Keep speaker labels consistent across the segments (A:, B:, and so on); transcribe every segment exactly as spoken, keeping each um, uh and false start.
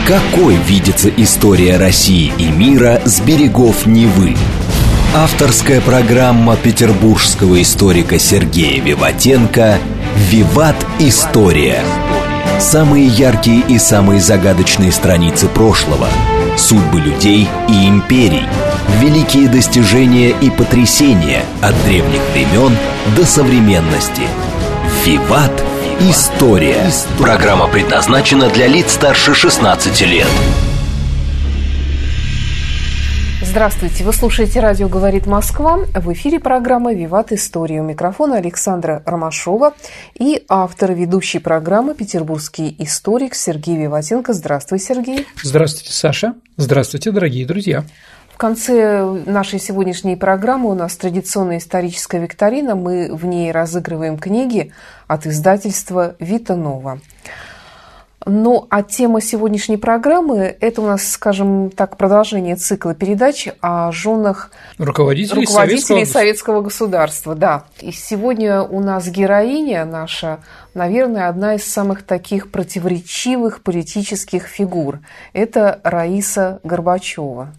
A: Какой видится история России и мира с берегов Невы? Авторская программа петербургского историка Сергея Виватенко «Виват. История». Самые яркие и самые загадочные страницы прошлого, судьбы людей и империй, великие достижения и потрясения от древних времен до современности. «Виват. История». Программа предназначена для лиц старше шестнадцати лет.
B: Здравствуйте, вы слушаете «Радио говорит Москва». В эфире программа «Виват. История». У микрофона Александра Ромашова и автор ведущей программы петербургский историк Сергей Виватенко. Здравствуй, Сергей.
C: Здравствуйте, Саша. Здравствуйте, дорогие друзья.
B: В конце нашей сегодняшней программы у нас традиционная историческая викторина. Мы в ней разыгрываем книги от издательства «Вита Нова». Ну, а тема сегодняшней программы – это у нас, скажем так, продолжение цикла передач о женах
C: руководителей,
B: руководителей
C: советского...
B: советского государства. Да. И сегодня у нас героиня наша, наверное, одна из самых таких противоречивых политических фигур. Это Раиса Горбачева.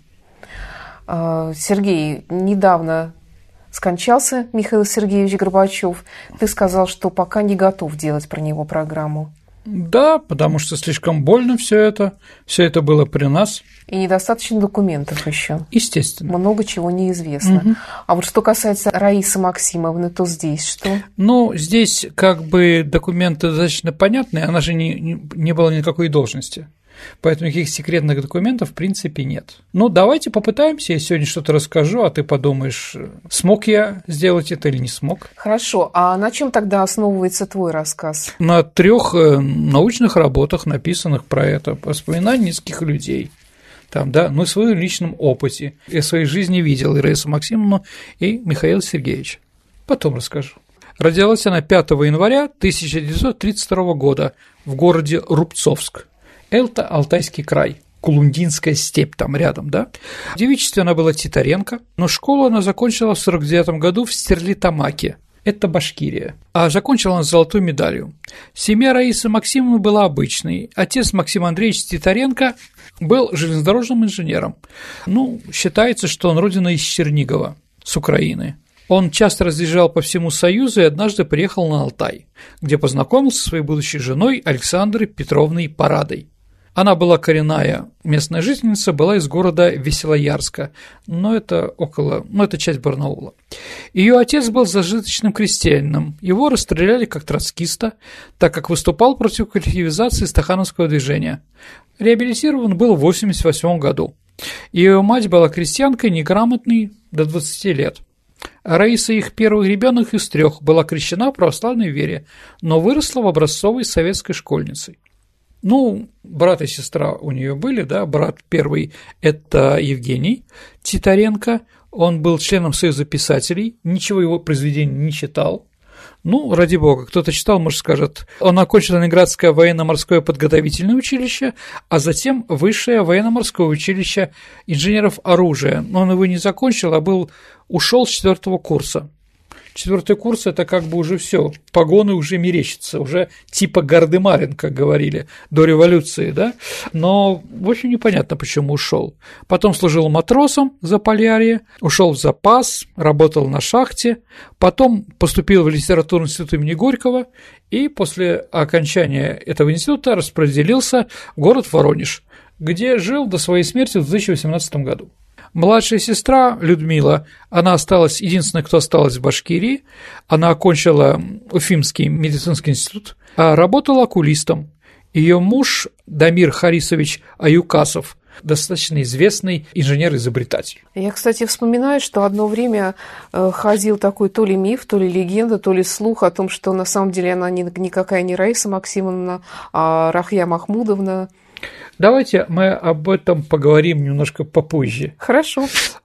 B: Сергей, недавно скончался Михаил Сергеевич Горбачев. Ты сказал, что пока не готов делать про него программу.
C: Да, потому что слишком больно все это, все это было при нас.
B: И недостаточно документов еще.
C: Естественно.
B: Много чего неизвестно. Угу. А вот что касается Раисы Максимовны, то здесь что?
C: Ну, здесь как бы документы достаточно понятные, она же не, не, не было никакой должности. Поэтому никаких секретных документов в принципе нет. Ну, давайте попытаемся, я сегодня что-то расскажу, а ты подумаешь, смог я сделать это или не смог.
B: Хорошо, а на чем тогда основывается твой рассказ?
C: На трех научных работах, написанных про это, воспоминания нескольких людей. Там, да, ну, в своем личном опыте. Я в своей жизни видел и Раису Максимовну, и Михаила Сергеевича. Потом расскажу. Родилась она пятого января тысяча девятьсот тридцать второго года в городе Рубцовск. Это Алтайский край, Кулундинская степь там рядом, да. В девичестве она была Титаренко, но школу она закончила в сорок девятом году в Стерлитамаке, это Башкирия, а закончила она с золотой медалью. Семья Раисы Максимовны была обычной, отец Максим Андреевич Титаренко был железнодорожным инженером, ну, считается, что он родом из Чернигова, с Украины. Он часто разъезжал по всему Союзу и однажды приехал на Алтай, где познакомился со своей будущей женой Александрой Петровной Парадой. Она была коренная местная жительница, была из города Веселоярска, но это около, ну, это часть Барнаула. Ее отец был зажиточным крестьянином, его расстреляли как троцкиста, так как выступал против коллективизации стахановского движения. Реабилитирован был в восемьдесят восьмом году. Ее мать была крестьянкой, неграмотной, до двадцати лет. Раиса, их первый ребенок из трех, была крещена в православной вере, но выросла в образцовой советской школьницей. Ну, брат и сестра у нее были, да, брат первый – это Евгений Титаренко, он был членом Союза писателей, ничего его произведений не читал. Ну, ради бога, кто-то читал, может, скажет. Он окончил Ленинградское военно-морское подготовительное училище, а затем Высшее военно-морское училище инженеров оружия. Но он его не закончил, а был, ушел с четвертого курса. Четвертый курс – это как бы уже все, погоны уже мерещатся, уже типа Гардемарин, как говорили, до революции, да, но очень непонятно, почему ушел. Потом служил матросом в Заполярье, ушел в запас, работал на шахте, потом поступил в литературный институт имени Горького и после окончания этого института распределился в город Воронеж, где жил до своей смерти в две тысячи восемнадцатом году. Младшая сестра Людмила, она осталась, единственная, кто осталась в Башкирии, она окончила Уфимский медицинский институт, а работала окулистом. Ее муж Дамир Харисович Аюкасов, достаточно известный инженер-изобретатель.
B: Я, кстати, вспоминаю, что одно время ходил такой то ли миф, то ли легенда, то ли слух о том, что на самом деле она никакая не Раиса Максимовна, а Рахья Махмудовна.
C: Давайте мы об этом поговорим немножко попозже.
B: Хорошо.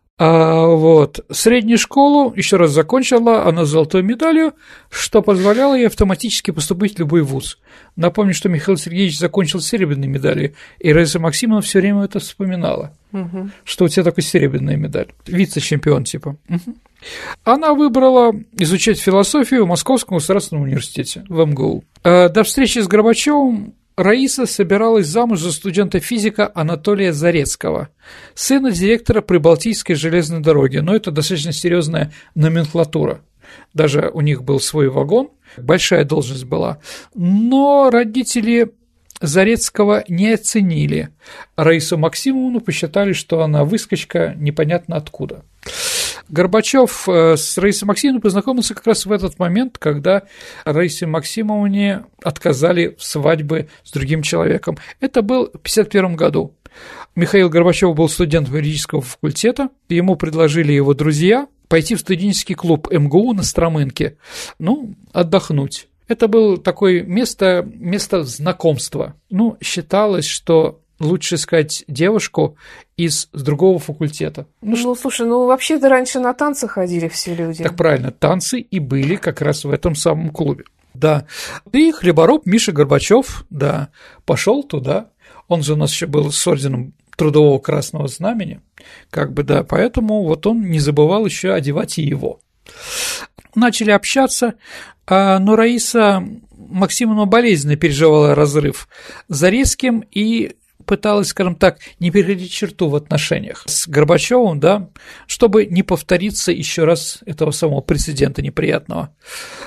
C: А вот среднюю школу еще раз закончила она с золотой медалью, что позволяло ей автоматически поступить в любой вуз. Напомню, что Михаил Сергеевич закончил с серебряной медалью, и Раиса Максимовна все время это вспоминала, угу. Что у тебя такая серебряная медаль, вице-чемпион типа. Угу. Она выбрала изучать философию в Московском государственном университете, в эм гэ у. До встречи с Горбачевым Раиса собиралась замуж за студента-физика Анатолия Зарецкого, сына директора Прибалтийской железной дороги, но это достаточно серьезная номенклатура. Даже у них был свой вагон, большая должность была, но родители Зарецкого не оценили Раису Максимовну, посчитали, что она выскочка непонятно откуда. Горбачев с Раисой Максимовной познакомился как раз в этот момент, когда Раисе Максимовне отказали в свадьбе с другим человеком. Это был в пятьдесят первом году. Михаил Горбачев был студентом юридического факультета, ему предложили его друзья пойти в студенческий клуб эм гэ у на Стромынке, ну, отдохнуть. Это было такое место, место знакомства. Ну, считалось, что лучше искать девушку из с другого факультета. Ну,
B: ну
C: что...
B: слушай, ну вообще-то раньше на танцы ходили все люди.
C: Так правильно, танцы и были как раз в этом самом клубе. Да. И хлебороб Миша Горбачев, да, пошел туда. Он же у нас еще был с орденом Трудового Красного Знамени, как бы, да, поэтому вот он не забывал еще одевать и его. Начали общаться, но Раиса Максимовна болезненно переживала разрыв с Зарецким и пыталась, скажем так, не переходить черту в отношениях с Горбачевым, да, чтобы не повториться еще раз этого самого прецедента неприятного.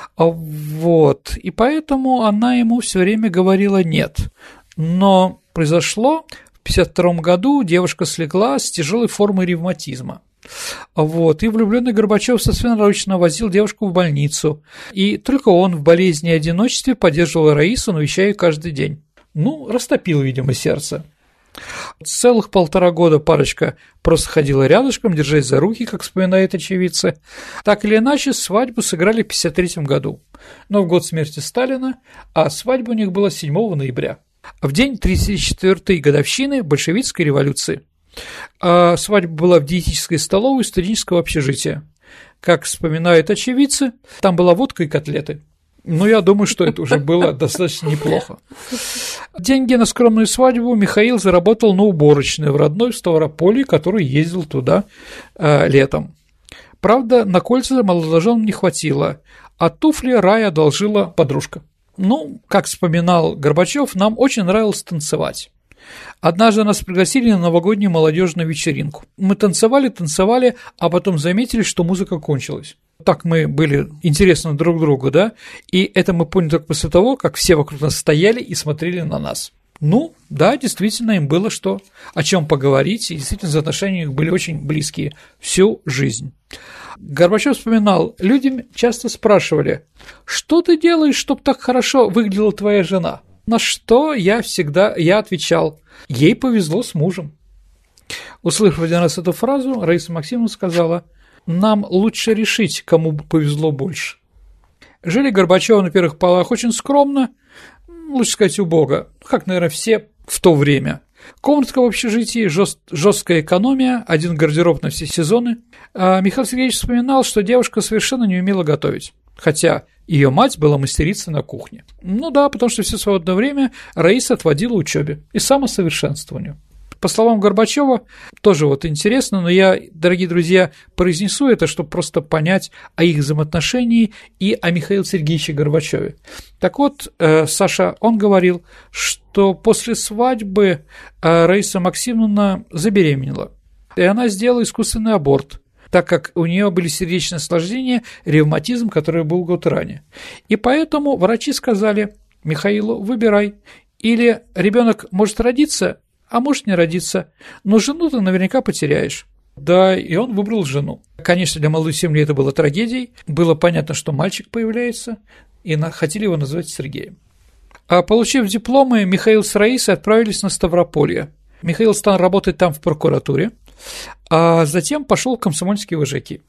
C: Вот, и поэтому она ему все время говорила «нет». Но произошло, в пятьдесят втором году девушка слегла с тяжелой формой ревматизма. Вот, и влюбленный Горбачев собственноручно возил девушку в больницу, и только он в болезни и одиночестве поддерживал Раису, навещая ее каждый день. Ну, растопил, видимо, сердце. Целых полтора года парочка просто ходила рядышком, держась за руки, как вспоминают очевидцы. Так или иначе, свадьбу сыграли в пятьдесят третьем году, но в год смерти Сталина, а свадьба у них была седьмого ноября, в день тридцать четвёртой годовщины большевистской революции. А свадьба была в диетической столовой студенческого общежития. Как вспоминают очевидцы, там была водка и котлеты. Но я думаю, что это уже было достаточно неплохо. Деньги на скромную свадьбу Михаил заработал на уборочной в родной Ставрополье, который ездил туда э, летом. Правда, на кольца молодоженам не хватило, а туфли Рая одолжила подружка. Ну, как вспоминал Горбачев, нам очень нравилось танцевать. Однажды нас пригласили на новогоднюю молодежную вечеринку. Мы танцевали, танцевали, а потом заметили, что музыка кончилась. Так мы были интересны друг другу, да, и это мы поняли только после того, как все вокруг нас стояли и смотрели на нас. Ну, да, действительно, им было что, о чем поговорить, и действительно, отношения их были очень близкие всю жизнь. Горбачев вспоминал, люди часто спрашивали, что ты делаешь, чтобы так хорошо выглядела твоя жена? На что я всегда, я отвечал, ей повезло с мужем. Услышав один раз эту фразу, Раиса Максимовна сказала, нам лучше решить, кому повезло больше. Жили Горбачёвы на первых полах очень скромно, лучше сказать, убого, как, наверное, все в то время. Комнатка в общежитии, жест, жесткая экономия, один гардероб на все сезоны. А Михаил Сергеевич вспоминал, что девушка совершенно не умела готовить, хотя ее мать была мастерицей на кухне. Ну да, потому что все свободное время Раиса отводила учебе и самосовершенствованию. По словам Горбачева, тоже вот интересно, но я, дорогие друзья, произнесу это, чтобы просто понять о их взаимоотношении и о Михаиле Сергеевиче Горбачеве. Так вот, э, Саша, он говорил, что после свадьбы э, Раиса Максимовна забеременела, и она сделала искусственный аборт, так как у нее были сердечные осложнения, ревматизм, который был год ранее. И поэтому врачи сказали Михаилу, выбирай, или ребенок может родиться, а может не родиться, но жену ты наверняка потеряешь. Да, и он выбрал жену. Конечно, для молодой семьи это было трагедией, было понятно, что мальчик появляется, и хотели его назвать Сергеем. А получив дипломы, Михаил с Раисой отправились на Ставрополье. Михаил стал работать там в прокуратуре, а затем пошел в комсомольские вожаки.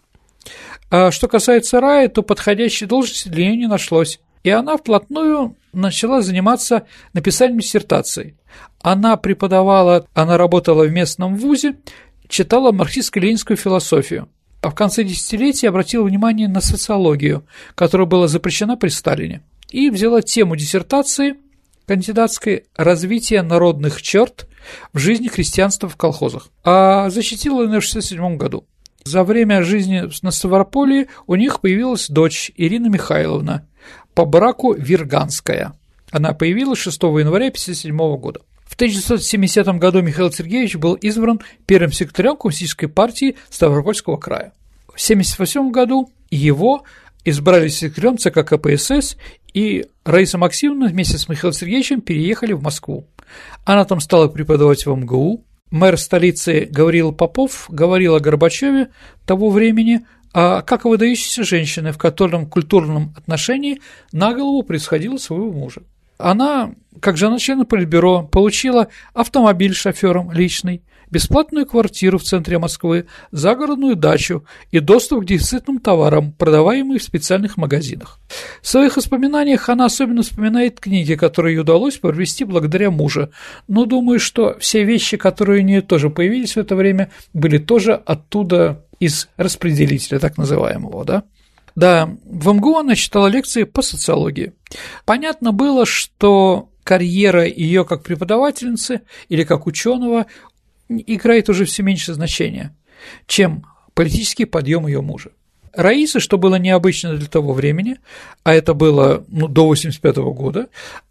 C: А что касается Раи, то подходящей должности для нее не нашлось, и она вплотную начала заниматься написанием диссертации. Она преподавала, она работала в местном вузе, читала марксистско-ленинскую философию, а в конце десятилетия обратила внимание на социологию, которая была запрещена при Сталине, и взяла тему диссертации кандидатской «Развитие народных черт в жизни крестьянства в колхозах», а защитила ее в шестьдесят седьмом году. За время жизни на Ставрополье у них появилась дочь Ирина Михайловна, по браку Вирганская. Она появилась шестого января тысяча девятьсот пятьдесят седьмого года. В тысяча девятьсот семидесятом году Михаил Сергеевич был избран первым секретарем Коммунистической партии Ставропольского края. В тысяча девятьсот семьдесят восьмом году его избрали секретарем ЦК КПСС, и Раиса Максимовна вместе с Михаилом Сергеевичем переехали в Москву. Она там стала преподавать в МГУ. Мэр столицы Гавриил Попов говорил о Горбачеве того времени, а как о выдающейся женщине, в котором культурном отношении на голову происходило своего мужа. Она, как жена члена Политбюро, получила автомобиль с шофёром личный, бесплатную квартиру в центре Москвы, загородную дачу и доступ к дефицитным товарам, продаваемым в специальных магазинах. В своих воспоминаниях она особенно вспоминает книги, которые ей удалось приобрести благодаря мужу, но думаю, что все вещи, которые у нее тоже появились в это время, были тоже оттуда, из распределителя так называемого, да? Да, в МГУ она читала лекции по социологии. Понятно было, что карьера ее как преподавательницы или как ученого играет уже все меньше значения, чем политический подъем ее мужа. Раиса, что было необычно для того времени, а это было ну, до восемьдесят пятого года,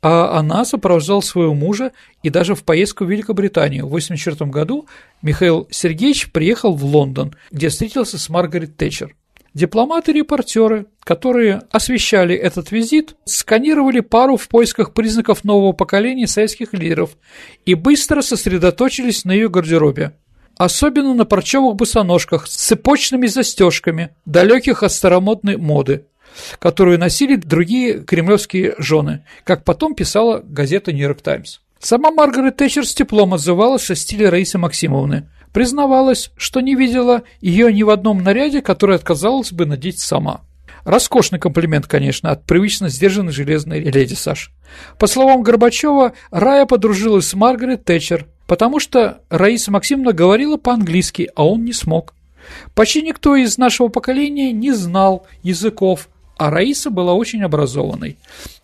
C: а она сопровождала своего мужа и даже в поездку в Великобританию. В восемьдесят четвёртом году Михаил Сергеевич приехал в Лондон, где встретился с Маргарет Тэтчер. Дипломаты и репортеры, которые освещали этот визит, сканировали пару в поисках признаков нового поколения советских лидеров и быстро сосредоточились на ее гардеробе. Особенно на парчевых босоножках с цепочными застежками, далеких от старомодной моды, которую носили другие кремлевские жены, как потом писала газета «Нью-Йорк Таймс». Сама Маргарет Тэтчер с теплом отзывалась о стиле Раисы Максимовны, признавалась, что не видела ее ни в одном наряде, который отказалась бы надеть сама. Роскошный комплимент, конечно, от привычно сдержанной железной леди Саши. По словам Горбачева, Рая подружилась с Маргарет Тэтчер, потому что Раиса Максимовна говорила по-английски, а он не смог. Почти никто из нашего поколения не знал языков, а Раиса была очень образованной.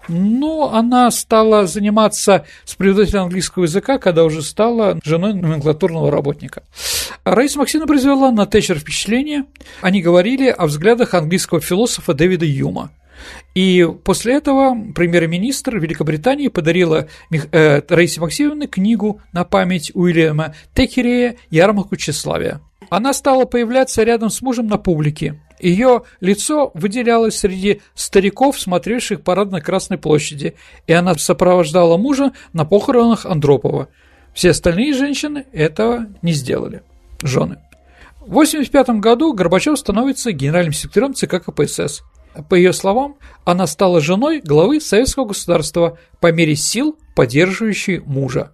C: Но она стала заниматься с преподавателем английского языка, когда уже стала женой номенклатурного работника. Раиса Максимовна произвела на Тэтчер впечатление. Они говорили о взглядах английского философа Дэвида Юма. И после этого премьер-министр Великобритании подарила э, Раисе Максимовне книгу на память Уильяма Теккерея «Ярмарку тщеславия». Она стала появляться рядом с мужем на публике. Ее лицо выделялось среди стариков, смотревших парад на Красной площади, и она сопровождала мужа на похоронах Андропова. Все остальные женщины этого не сделали, жены. В восемьдесят пятом году Горбачев становится генеральным секретарем ЦК КПСС. По ее словам, она стала женой главы советского государства по мере сил, поддерживающей мужа.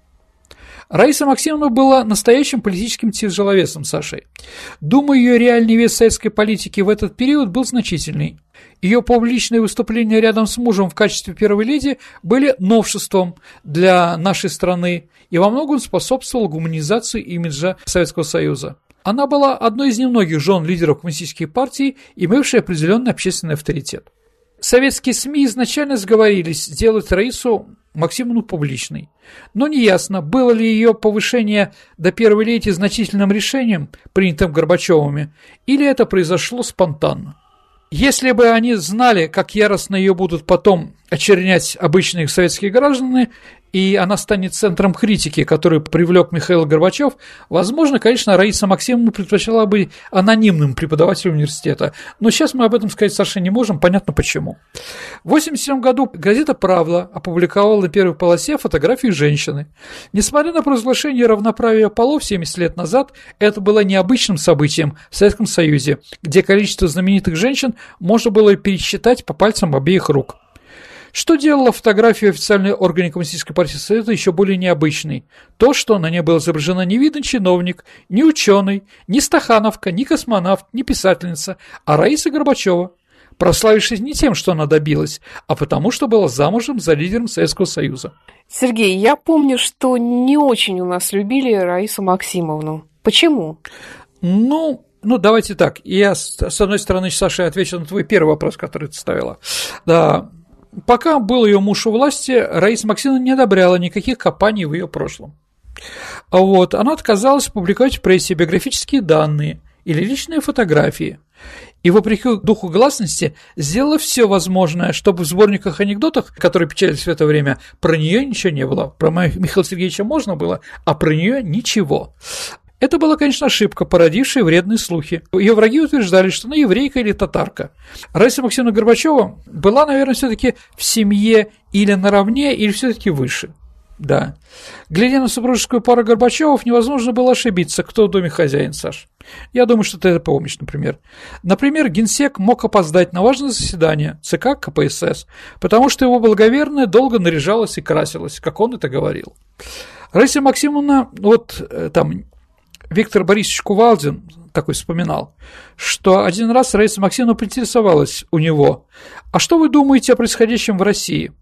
C: Раиса Максимовна была настоящим политическим тяжеловесом Сашей. Думаю, ее реальный вес советской политики в этот период был значительный. Ее публичные выступления рядом с мужем в качестве первой леди были новшеством для нашей страны и во многом способствовал гуманизации имиджа Советского Союза. Она была одной из немногих жен лидеров коммунистической партии, имевшей определенный общественный авторитет. Советские СМИ изначально сговорились сделать Раису Максимовну публичной, но неясно, было ли ее повышение до первой леди значительным решением, принятым Горбачевыми, или это произошло спонтанно. Если бы они знали, как яростно ее будут потом очернять обычные советские граждане, и она станет центром критики, который привлек Михаил Горбачев, возможно, конечно, Раиса Максимовна предпочла бы анонимным преподавателем университета. Но сейчас мы об этом сказать совершенно не можем, понятно почему. В восемьдесят седьмом году газета «Правда» опубликовала на первой полосе фотографии женщины. Несмотря на провозглашение равноправия полов семьдесят лет назад, это было необычным событием в Советском Союзе, где количество знаменитых женщин можно было пересчитать по пальцам обеих рук. Что делало фотографию официальной органе Коммунистической партии Союза еще более необычной? То, что на ней был изображена не видный чиновник, не ученый, не стахановка, не космонавт, не писательница, а Раиса Горбачева, прославившись не тем, что она добилась, а потому, что была замужем за лидером Советского Союза.
B: Сергей, я помню, что не очень у нас любили Раису Максимовну. Почему?
C: Ну... Ну, давайте так, я, с одной стороны, Саша, отвечу на твой первый вопрос, который ты ставила. Да, пока был ее муж у власти, Раиса Максимовна не одобряла никаких копаний в ее прошлом. Вот, она отказалась публиковать в прессе биографические данные или личные фотографии. И, вопреки духу гласности, сделала все возможное, чтобы в сборниках анекдотов, которые печатались в это время, про нее ничего не было. Про Михаила Сергеевича можно было, а про нее ничего. Это была, конечно, ошибка, породившая вредные слухи. Ее враги утверждали, что она еврейка или татарка. Раиса Максимовна Горбачева была, наверное, все-таки в семье или наравне, или все-таки выше. Да. Глядя на супружескую пару Горбачевых, невозможно было ошибиться, кто в доме хозяин, Саш. Я думаю, что ты это помнишь, например. Например, генсек мог опоздать на важное заседание ЦК ка пэ эс эс, потому что его благоверная долго наряжалась и красилась, как он это говорил. Раиса Максимовна, вот там Виктор Борисович Кувалдин такой вспоминал, что один раз Раиса Максимовна поинтересовалась у него: «А что вы думаете о происходящем в России?»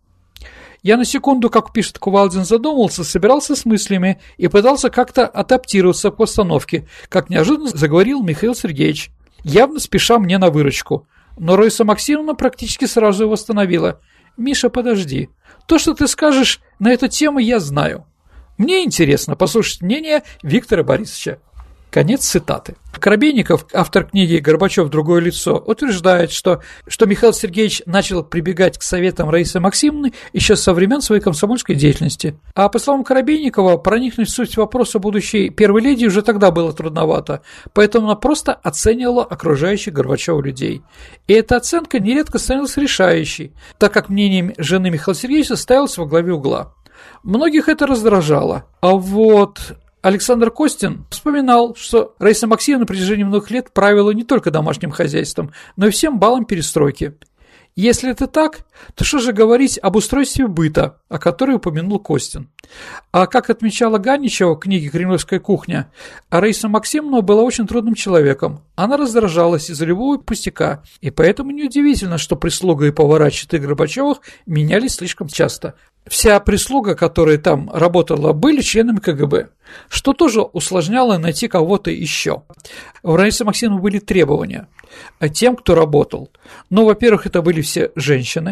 C: Я на секунду, как пишет Кувалдин, задумался, собирался с мыслями и пытался как-то адаптироваться к постановке, как неожиданно заговорил Михаил Сергеевич, явно спеша мне на выручку. Но Раиса Максимовна практически сразу его остановила. «Миша, подожди. То, что ты скажешь на эту тему, я знаю. Мне интересно послушать мнение Виктора Борисовича». Конец цитаты. Коробейников, автор книги «Горбачев. Другое лицо», утверждает, что, что Михаил Сергеевич начал прибегать к советам Раисы Максимовны еще со времен своей комсомольской деятельности. А по словам Коробейникова, проникнуть в суть вопроса будущей первой леди уже тогда было трудновато, поэтому она просто оценивала окружающих Горбачева людей. И эта оценка нередко становилась решающей, так как мнение жены Михаила Сергеевича ставилось во главе угла. Многих это раздражало. А вот Александр Костин вспоминал, что Раиса Максимовна на протяжении многих лет правила не только домашним хозяйством, но и всем балом перестройки. Если это так, то что же говорить об устройстве быта, о которой упомянул Костин? А как отмечала Ганичева в книге «Кремлевская кухня», Раиса Максимовна была очень трудным человеком. Она раздражалась из-за любого пустяка, и поэтому неудивительно, что прислуга и повара четы Горбачевых менялись слишком часто. Вся прислуга, которая там работала, были членами ка гэ бэ, что тоже усложняло найти кого-то еще. У Раисы Максимовны были требования тем, кто работал. Ну, во-первых, это были все женщины,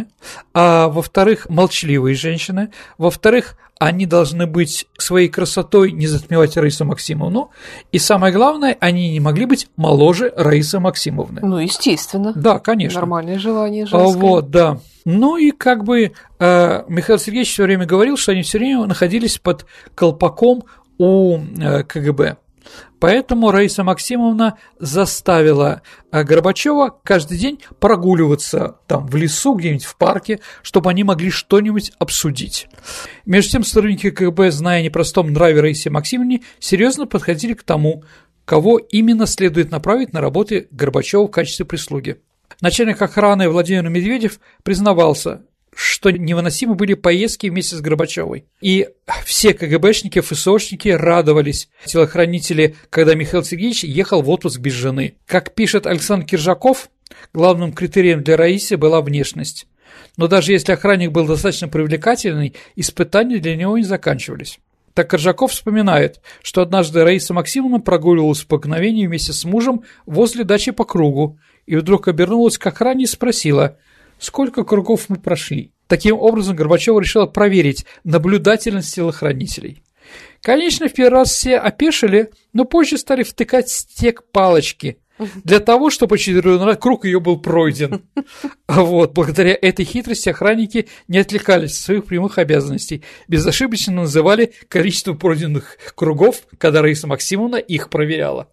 C: а во-вторых, молчаливые женщины, во-вторых, они должны быть своей красотой не затмевать Раису Максимовну, и самое главное, они не могли быть моложе Раисы Максимовны.
B: Ну, естественно.
C: Да, конечно.
B: Нормальное желание женское.
C: Вот, да. Ну и как бы э, Михаил Сергеевич все время говорил, что они все время находились под колпаком у э, ка гэ бэ. Поэтому Раиса Максимовна заставила Горбачева каждый день прогуливаться там в лесу, где-нибудь в парке, чтобы они могли что-нибудь обсудить. Между тем, сотрудники ка гэ бэ, зная о непростом нраве Раисе Максимовне, серьезно подходили к тому, кого именно следует направить на работы Горбачева в качестве прислуги. Начальник охраны Владимир Медведев признавался, что невыносимы были поездки вместе с Горбачевой. И все ка гэ бэшники, эф эс ошники радовались, телохранители, когда Михаил Сергеевич ехал в отпуск без жены. Как пишет Александр Киржаков, главным критерием для Раисы была внешность. Но даже если охранник был достаточно привлекательный, испытания для него не заканчивались. Так Коржаков вспоминает, что однажды Раиса Максимовна прогуливалась по мгновению вместе с мужем возле дачи по кругу и вдруг обернулась к охране и спросила: «Сколько кругов мы прошли?» Таким образом, Горбачева решила проверить наблюдательность телохранителей. Конечно, в первый раз все опешили, но позже стали втыкать стек палочки для того, чтобы очередной раз круг ее был пройден. Вот, благодаря этой хитрости охранники не отвлекались от своих прямых обязанностей, безошибочно называли количество пройденных кругов, когда Раиса Максимовна их проверяла.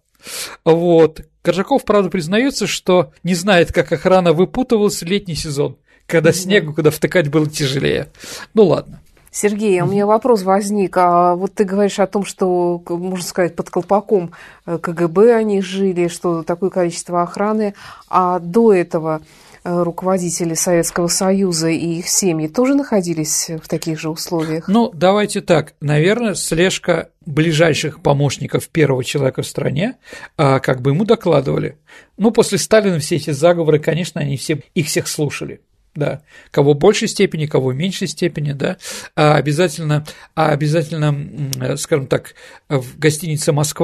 C: Вот. Коржаков, правда, признается, что не знает, как охрана выпутывалась в летний сезон, когда снегу, куда втыкать было тяжелее. Ну ладно.
B: Сергей, у меня вопрос возник. А вот ты говоришь о том, что, можно сказать, под колпаком ка гэ бэ они жили, что такое количество охраны, а до этого руководители Советского Союза и их семьи тоже находились в таких же условиях?
C: Ну, давайте так. Наверное, слежка ближайших помощников первого человека в стране, как бы ему докладывали. Ну, после Сталина все эти заговоры, конечно, они все, их всех слушали. Да, кого в большей степени, кого в меньшей степени, да, а обязательно, а обязательно, скажем так, в гостинице «Москва»,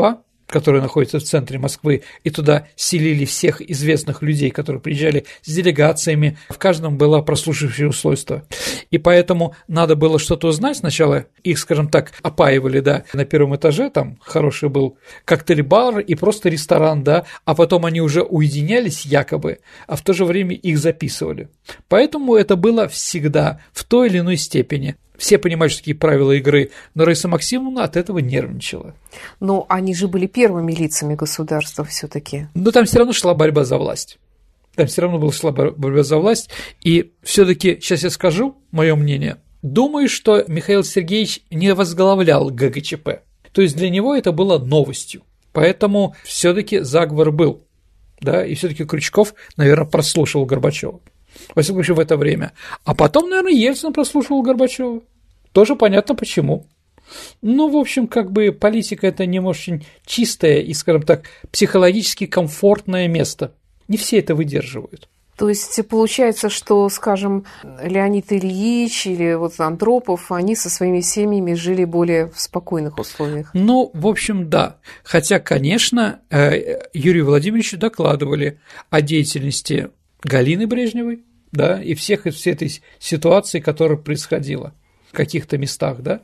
C: который находится в центре Москвы, и туда селили всех известных людей, которые приезжали с делегациями, в каждом было прослушивающее устройство. И поэтому надо было что-то узнать. Сначала их, скажем так, опаивали, да, на первом этаже, там хороший был коктейль-бар и просто ресторан, да, а потом они уже уединялись якобы, а в то же время их записывали. Поэтому это было всегда в той или иной степени. Все понимают, что такие правила игры, но Раиса Максимовна от этого нервничала.
B: Но они же были первыми лицами государства все-таки.
C: Но там все равно шла борьба за власть. Там все равно была шла борьба за власть. И все-таки, сейчас я скажу мое мнение, думаю, что Михаил Сергеевич не возглавлял ГГЧП. То есть для него это было новостью. Поэтому все-таки заговор был. Да, и все-таки Крючков, наверное, прослушивал Горбачева. Во всяком случае, в это время. А потом, наверное, Ельцин прослушивал Горбачева. Тоже понятно, почему. Ну, в общем, как бы политика – это не очень чистое и, скажем так, психологически комфортное место. Не все это выдерживают.
B: То есть получается, что, скажем, Леонид Ильич или вот Андропов, они со своими семьями жили более в спокойных условиях?
C: Ну, в общем, да. Хотя, конечно, Юрию Владимировичу докладывали о деятельности Галины Брежневой, да, и всех из всей этой ситуации, которая происходила в каких-то местах, да.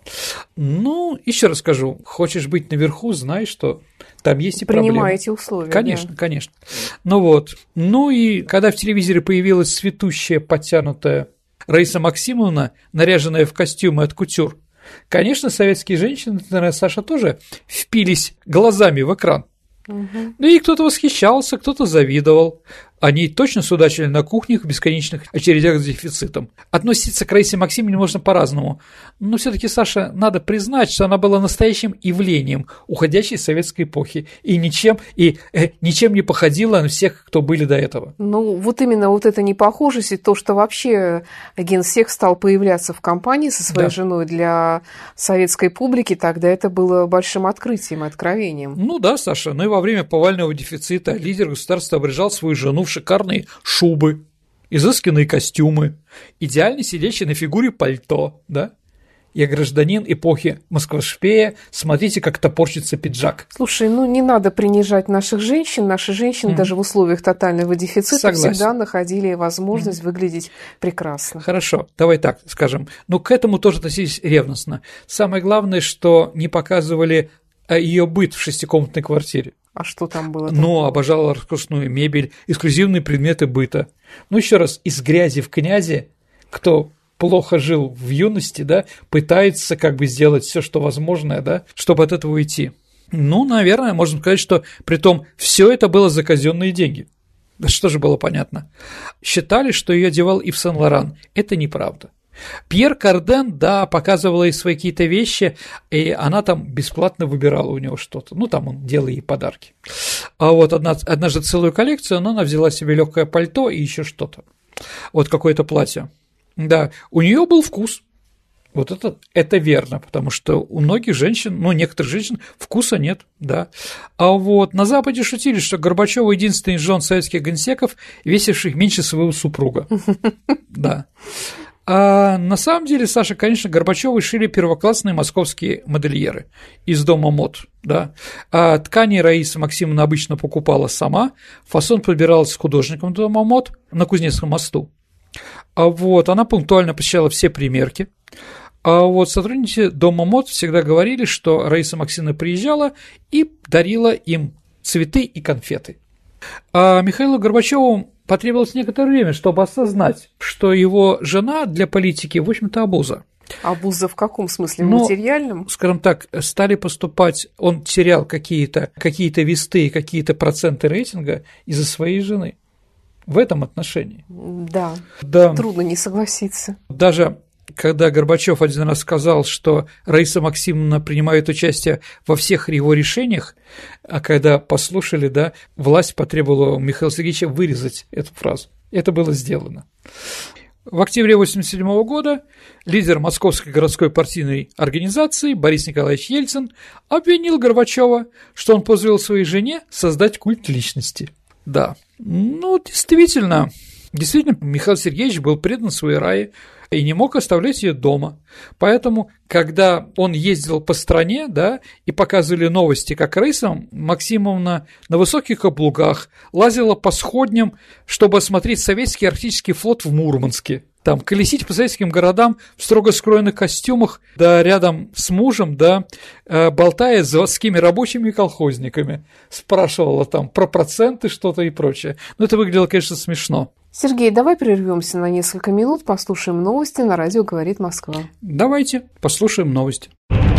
C: Ну, еще раз скажу, хочешь быть наверху, знай, что там есть и проблемы.
B: Принимаете условия.
C: Конечно,
B: да.
C: конечно. Ну вот. Ну и когда в телевизоре появилась цветущая, подтянутая Раиса Максимовна, наряженная в костюмы от кутюр, конечно, советские женщины, наверное, Саша, тоже впились глазами в экран. Угу. Ну и кто-то восхищался, кто-то завидовал. Они точно судачили на кухнях в бесконечных очередях с дефицитом. Относиться к Раисе Максимовне можно по-разному, но все-таки, Саша, надо признать, что она была настоящим явлением уходящей советской эпохи и ничем, и, э, ничем не походила на всех, кто были до этого.
B: Ну, вот именно вот эта непохожесть и то, что вообще генсек стал появляться в компании со своей да. женой для советской публики, тогда это было большим открытием, откровением.
C: Ну да, Саша, ну и во время повального дефицита лидер государства обрежал свою жену в шикарные шубы, изысканные костюмы, идеально сидящие на фигуре пальто, да? Я гражданин эпохи Москва-Шпея, смотрите, как топорщится пиджак.
B: Слушай, ну не надо принижать наших женщин, наши женщины mm-hmm. даже в условиях тотального дефицита Согласен. всегда находили возможность mm-hmm. выглядеть прекрасно.
C: Хорошо, давай так скажем, но к этому тоже относились ревностно. Самое главное, что не показывали ее быт в шестикомнатной квартире.
B: А что там было?
C: Ну, обожала роскошную мебель, эксклюзивные предметы быта. Ну, еще раз, из грязи в князи, кто плохо жил в юности, да, пытается как бы сделать все, что возможное, да, чтобы от этого уйти. Ну, наверное, можно сказать, что притом все это было за казенные деньги. Да что же было понятно? Считали, что ее одевал Ив Сен-Лоран. Это неправда. Пьер Карден, да, показывала ей свои какие-то вещи, и она там бесплатно выбирала у него что-то. Ну, там он делал ей подарки. А вот одна, однажды целую коллекцию, но она взяла себе легкое пальто и еще что-то. Вот какое-то платье. Да, у нее был вкус. Вот это, это верно, потому что у многих женщин, ну, некоторых женщин вкуса нет, да. А вот на Западе шутили, что Горбачёв единственный из жен советских генсеков, весивших меньше своего супруга. Да. А на самом деле, Саша, конечно, Горбачёвы шили первоклассные московские модельеры из дома мод, да. А ткани Раиса Максимовна обычно покупала сама, фасон подбиралась с художником дома мод на Кузнецком мосту. А вот она пунктуально посещала все примерки. А вот сотрудники дома мод всегда говорили, что Раиса Максимовна приезжала и дарила им цветы и конфеты. А Михаилу Горбачёву потребовалось некоторое время, чтобы осознать, что его жена для политики, в общем-то, обуза.
B: Обуза в каком смысле? В
C: Но,
B: материальном?
C: Скажем так, стали поступать, он терял какие-то, какие-то весты, какие-то проценты рейтинга из-за своей жены. В этом отношении.
B: Да,
C: да.
B: Трудно не согласиться.
C: Даже когда Горбачёв один раз сказал, что Раиса Максимовна принимает участие во всех его решениях, а когда послушали, да, власть потребовала у Михаила Сергеевича вырезать эту фразу. Это было сделано. В октябре тысяча девятьсот восемьдесят седьмого года лидер Московской городской партийной организации Борис Николаевич Ельцин обвинил Горбачёва, что он позволил своей жене создать культ личности. Да, ну, действительно, действительно, Михаил Сергеевич был предан своей Рае, и не мог оставлять ее дома. Поэтому, когда он ездил по стране, да, и показывали новости, как Раиса Максимовна на высоких каблуках лазила по сходням, чтобы осмотреть советский арктический флот в Мурманске. Там колесить по советским городам в строго скроенных костюмах, да, рядом с мужем, да, болтая с заводскими рабочими и колхозниками. Спрашивала там про проценты что-то и прочее. Но это выглядело, конечно, смешно.
B: Сергей, давай прервемся на несколько минут, послушаем новости на радио «Говорит Москва».
C: Давайте послушаем новости.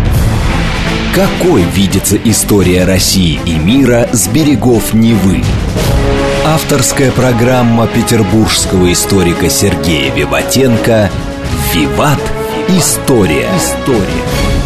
A: Какой видится история России и мира с берегов Невы? Авторская программа петербургского историка Сергея Виватенко «Виват. История». История.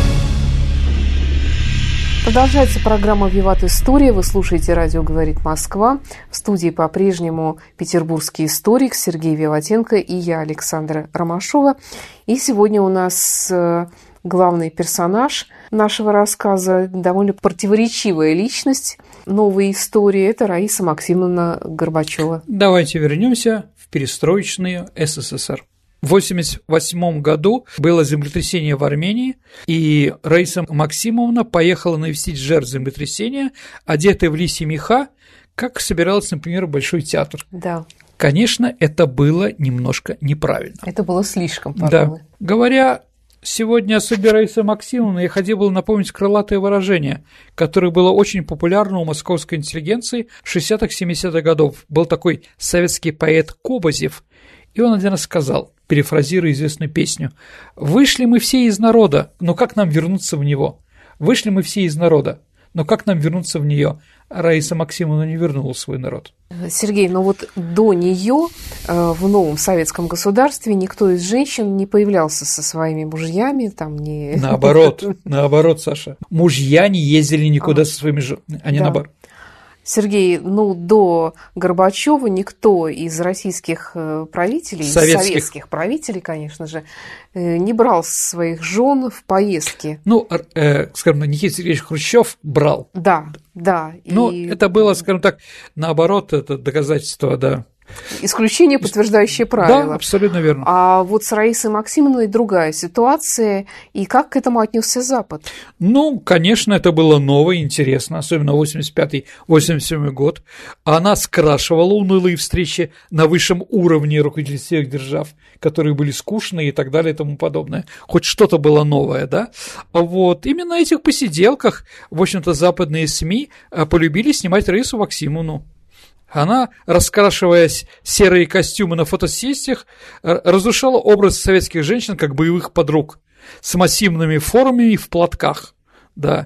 B: Продолжается программа «Виват. История». Вы слушаете радио «Говорит Москва». В студии по-прежнему петербургский историк Сергей Виватенко и я, Александра Ромашова. И сегодня у нас главный персонаж нашего рассказа, довольно противоречивая личность новой истории – это Раиса Максимовна Горбачева.
C: Давайте вернемся в перестроечный СССР. В восемьдесят восьмом году было землетрясение в Армении, и Раиса Максимовна поехала навестить жертв землетрясения, одетая в лисьи меха, как собиралась, например, в Большой театр.
B: Да.
C: Конечно, это было немножко неправильно.
B: Это было слишком, пожалуй.
C: Да. Говоря сегодня о судьбе Раисы Максимовны, я хотел бы напомнить крылатое выражение, которое было очень популярно у московской интеллигенции шестидесятых-семидесятых годов. Был такой советский поэт Кобозев, и он один раз сказал, перефразируя известную песню: «Вышли мы все из народа, но как нам вернуться в него? Вышли мы все из народа, но как нам вернуться в нее?» Раиса Максимовна не вернула свой народ.
B: Сергей, но вот до нее в новом советском государстве никто из женщин не появлялся со своими мужьями, там не.
C: Наоборот, наоборот, Саша. Мужья не ездили никуда а, со своими женами, а не да. наоборот.
B: Сергей, ну, до Горбачева никто из российских правителей,
C: советских.
B: из советских правителей, конечно же, не брал своих жен в поездки.
C: Ну, э, скажем, Никита Сергеевич Хрущев брал.
B: Да, да.
C: Ну,
B: и...
C: это было, скажем так, наоборот, это доказательство, да.
B: Исключение, подтверждающее правило.
C: Да, абсолютно верно.
B: А вот с Раисой Максимовной другая ситуация. И как к этому отнесся Запад?
C: Ну, конечно, это было ново и интересно, особенно восемьдесят пятый — восемьдесят седьмой год. Она скрашивала унылые встречи на высшем уровне руководителей всех держав, которые были скучные и так далее и тому подобное. Хоть что-то было новое, да? Вот. Именно на этих посиделках, в общем-то, западные СМИ полюбили снимать Раису Максимовну. Она, раскрашиваясь серые костюмы на фотосессиях, разрушала образ советских женщин как боевых подруг с массивными формами в платках. Да.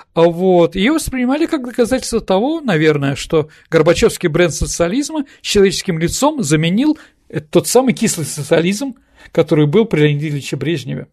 C: Вот. Ее воспринимали как доказательство того, наверное, что горбачевский бренд социализма с человеческим лицом заменил тот самый кислый социализм, который был при Леониде Ильиче Брежневе.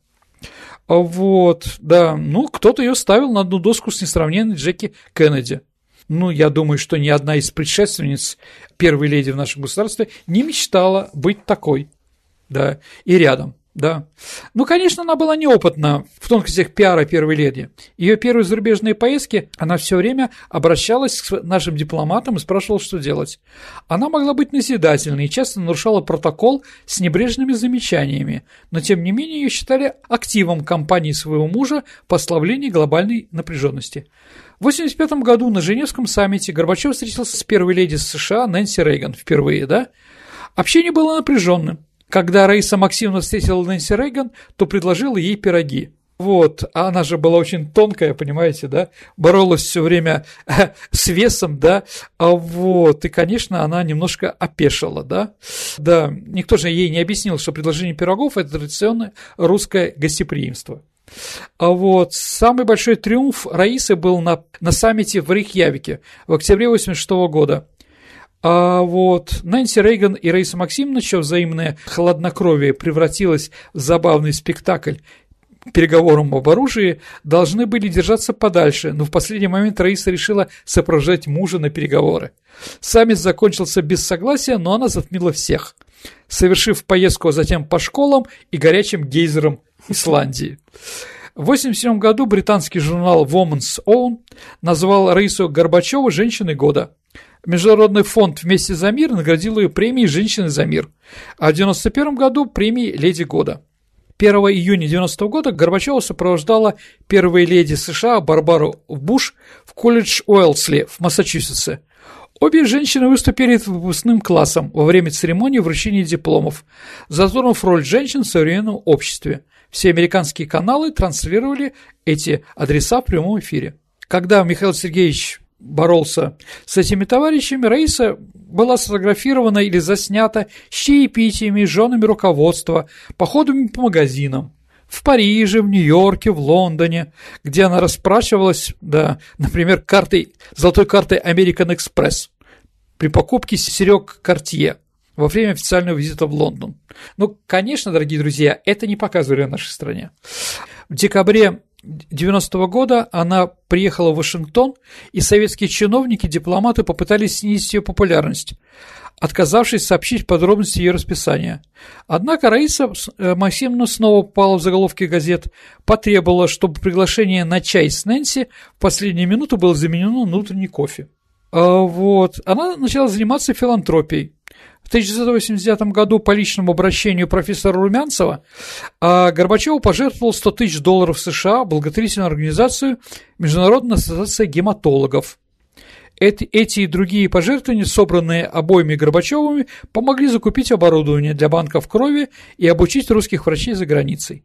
C: Вот. Да. Ну, кто-то ее ставил на одну доску с несравненной Джеки Кеннеди. Ну, я думаю, что ни одна из предшественниц первой леди в нашем государстве не мечтала быть такой, да, и рядом, да. Ну, конечно, она была неопытна в тонкостях пиара первой леди. Ее первые зарубежные поездки, она все время обращалась к нашим дипломатам и спрашивала, что делать. Она могла быть назидательной и часто нарушала протокол с небрежными замечаниями, но, тем не менее, ее считали активом кампании своего мужа по ослаблению глобальной напряженности. В восемьдесят пятом году на Женевском саммите Горбачев встретился с первой леди США Нэнси Рейган впервые, да? Общение было напряженным. Когда Раиса Максимовна встретила Нэнси Рейган, то предложила ей пироги. Вот, а она же была очень тонкая, понимаете, да? Боролась все время с весом, да? А вот, и, конечно, она немножко опешила, да? Да, никто же ей не объяснил, что предложение пирогов – это традиционное русское гостеприимство. А вот самый большой триумф Раисы был на, на саммите в Рейкьявике в октябре восемьдесят шестого года. А вот Нэнси Рейган и Раиса Максимовна, чье взаимное хладнокровие превратилось в забавный спектакль переговорам об оружии, должны были держаться подальше, но в последний момент Раиса решила сопровождать мужа на переговоры. Саммит закончился без согласия, но она затмила всех, совершив поездку затем по школам и горячим гейзерам Исландии. В восемьдесят седьмом году британский журнал Woman's Own назвал Раису Горбачеву «женщиной года». Международный фонд «Вместе за мир» наградил ее премией «Женщины за мир», а в девяносто первом году премией «Леди года». первого июня девяностого года Горбачева сопровождала первая леди США Барбару Буш в колледж Уэлсли в Массачусетсе. Обе женщины выступили перед выпускным классом во время церемонии вручения дипломов, затронув роль женщин в современном обществе. Все американские каналы транслировали эти адреса в прямом эфире. Когда Михаил Сергеевич боролся с этими товарищами, Раиса была сфотографирована или заснята с чаепитиями, женами руководства, походами по магазинам. В Париже, в Нью-Йорке, в Лондоне, где она расплачивалась, да, например, картой, золотой картой American Express при покупке серёг Cartier во время официального визита в Лондон. Ну, конечно, дорогие друзья, это не показывали в нашей стране. В декабре девяностого года она приехала в Вашингтон, и советские чиновники, дипломаты попытались снизить ее популярность, отказавшись сообщить подробности ее расписания. Однако Раиса Максимовна снова попала в заголовки газет, потребовала, чтобы приглашение на чай с Нэнси в последнюю минуту было заменено на утренний кофе. Вот. Она начала заниматься филантропией. В тысяча девятьсот восемьдесят девятом году по личному обращению профессора Румянцева Горбачёв пожертвовал сто тысяч долларов США в благотворительную организацию Международная ассоциация гематологов. Эти, эти и другие пожертвования, собранные обоими Горбачёвыми, помогли закупить оборудование для банков крови и обучить русских врачей за границей.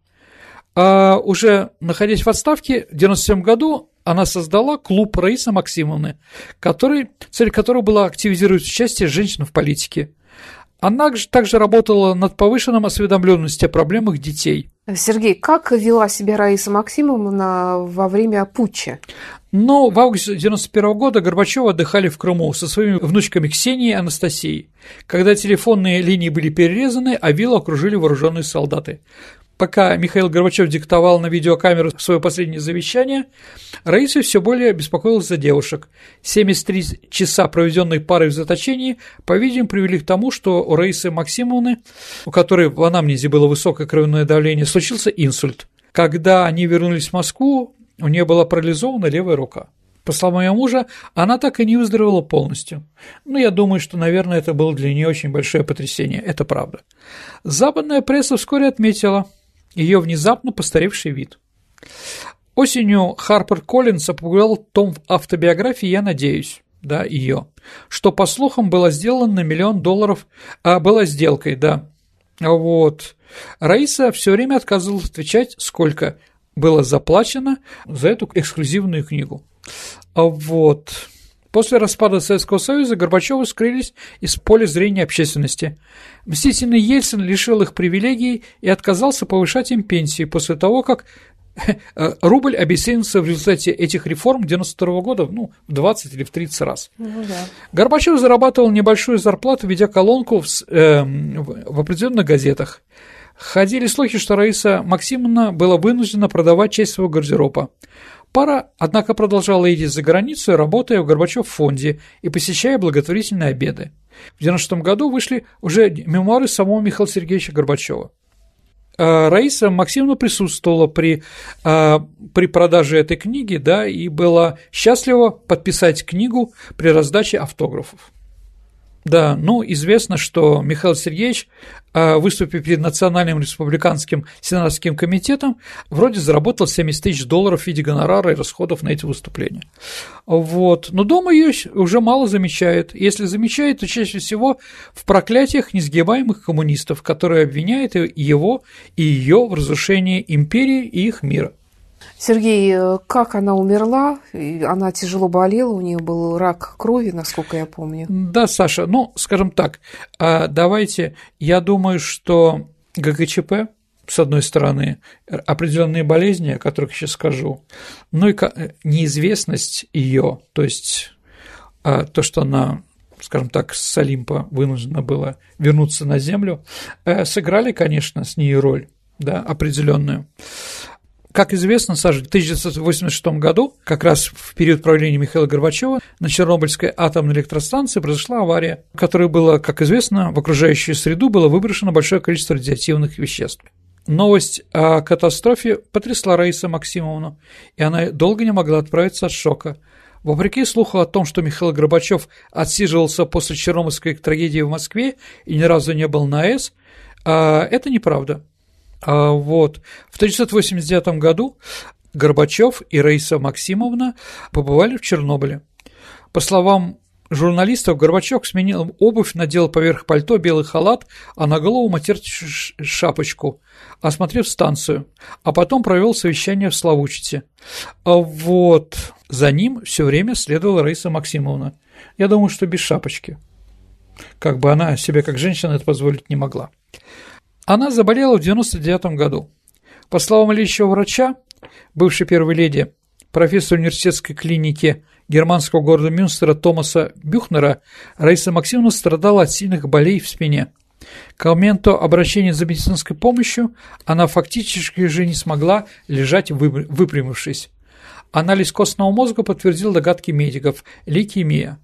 C: А уже находясь в отставке, в девяносто седьмом году она создала клуб Раисы Максимовны, который, цель которого была активизировать участие женщин в политике. Она также работала над повышенной осведомленностью о проблемах детей.
B: Сергей, как вела себя Раиса Максимовна во время путча?
C: Но в августе девяносто первого года Горбачёвы отдыхали в Крыму со своими внучками Ксенией и Анастасией, когда телефонные линии были перерезаны, а виллу окружили вооруженные солдаты. Пока Михаил Горбачёв диктовал на видеокамеру свое последнее завещание, Раиса все более беспокоилась за девушек. семьдесят три часа, проведенные парой в заточении, по-видимому, привели к тому, что у Раисы Максимовны, у которой в анамнезе было высокое кровяное давление, случился инсульт. Когда они вернулись в Москву, у нее была парализована левая рука. По словам ее мужа, она так и не выздоровела полностью. Но я думаю, что, наверное, это было для нее очень большое потрясение. Это правда. Западная пресса вскоре отметила ее внезапно постаревший вид. Осенью Харпер Коллинс опубликовал том автобиографии «Я надеюсь», да, ее, что, по слухам, было сделано на миллион долларов, а была сделкой, да. Вот. Раиса все время отказывалась отвечать, сколько было заплачено за эту эксклюзивную книгу. Вот. После распада Советского Союза Горбачёвы скрылись из поля зрения общественности. Мстительный Ельцин лишил их привилегий и отказался повышать им пенсии после того, как рубль обесценился в результате этих реформ девяносто второго года, ну, в двадцать или в тридцать раз. Ну, да. Горбачёв зарабатывал небольшую зарплату, ведя колонку в, э, в определенных газетах. Ходили слухи, что Раиса Максимовна была вынуждена продавать часть своего гардероба. Пара, однако, продолжала ездить за границу, работая в Горбачёв-фонде и посещая благотворительные обеды. В девяносто шестом году вышли уже мемуары самого Михаила Сергеевича Горбачёва. Раиса Максимовна присутствовала при, при продаже этой книги, да, и была счастлива подписать книгу при раздаче автографов. Да, ну, известно, что Михаил Сергеевич, выступив перед Национальным республиканским сенатским комитетом, вроде заработал семьдесят тысяч долларов в виде гонорара и расходов на эти выступления. Вот. Но дома ее уже мало замечают. Если замечают, то чаще всего в проклятиях несгибаемых коммунистов, которые обвиняют его и ее в разрушении империи и их мира.
B: Сергей, как она умерла? Она тяжело болела, у нее был рак крови, насколько я помню.
C: Да, Саша, ну, скажем так, давайте, я думаю, что ГКЧП, с одной стороны, определенные болезни, о которых я сейчас скажу, ну и неизвестность ее, то есть то, что она, скажем так, с Олимпа вынуждена была вернуться на землю, сыграли, конечно, с ней роль, да, определенную. Как известно, Саша, в тысяча девятьсот восемьдесят шестом году, как раз в период правления Михаила Горбачёва, на Чернобыльской атомной электростанции произошла авария, в которой было, как известно, в окружающую среду было выброшено большое количество радиоактивных веществ. Новость о катастрофе потрясла Раису Максимовну, и она долго не могла отправиться от шока. Вопреки слуху о том, что Михаил Горбачев отсиживался после Чернобыльской трагедии в Москве и ни разу не был на АЭС, это неправда. Вот. В тысяча девятьсот восемьдесят девятом году Горбачев и Раиса Максимовна побывали в Чернобыле. По словам журналистов, Горбачев сменил обувь, надел поверх пальто белый халат, а на голову матерчатую шапочку, осмотрев станцию, а потом провел совещание в Славутиче. Вот. За ним все время следовала Раиса Максимовна. Я думаю, что без шапочки. Как бы она себе как женщина это позволить не могла. Она заболела в девяносто девятом году. По словам лечащего врача, бывшей первой леди, профессора университетской клиники германского города Мюнстера Томаса Бюхнера, Раиса Максимовна страдала от сильных болей в спине. К моменту обращения за медицинской помощью она фактически уже не смогла лежать выпрямившись. Анализ костного мозга подтвердил догадки медиков – лейкемия.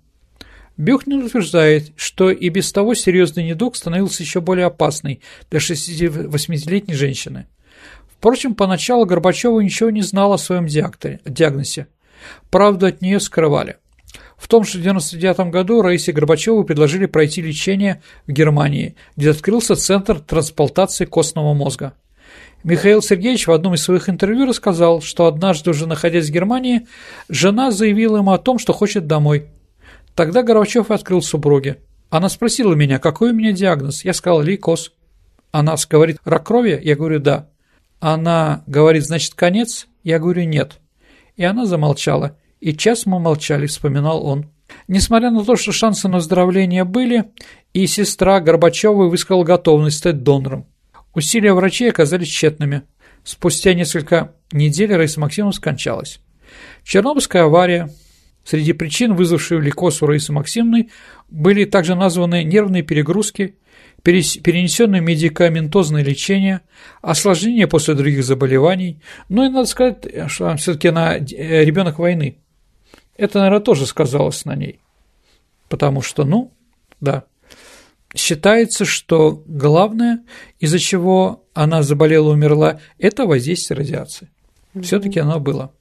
C: Бюхнер утверждает, что и без того серьезный недуг становился еще более опасный для шестидесятивосьмилетней женщины. Впрочем, поначалу Горбачева ничего не знала о своем диагнозе. Правду от нее скрывали. В том же девяносто девятом году Раисе Горбачевой предложили пройти лечение в Германии, где открылся центр трансплантации костного мозга. Михаил Сергеевич в одном из своих интервью рассказал, что однажды, уже находясь в Германии, жена заявила ему о том, что хочет домой. Тогда Горбачев открыл супруге. Она спросила меня, какой у меня диагноз. Я сказал, лейкоз. Она говорит, рак крови? Я говорю, да. Она говорит, значит, конец? Я говорю, нет. И она замолчала. И час мы молчали, вспоминал он. Несмотря на то, что шансы на выздоровление были, и сестра Горбачевой высказала готовность стать донором. Усилия врачей оказались тщетными. Спустя несколько недель Раиса Максимовна скончалась. Чернобыльская авария. Среди причин, вызвавших лейкоз у Раисы Максимовны, были также названы нервные перегрузки, перенесенное медикаментозное лечение, осложнения после других заболеваний. Ну и надо сказать, что все-таки она ребенок войны. Это, наверное, тоже сказалось на ней. Потому что, ну, да, считается, что главное, из-за чего она заболела и умерла, это воздействие радиации. Mm-hmm. Все-таки оно было.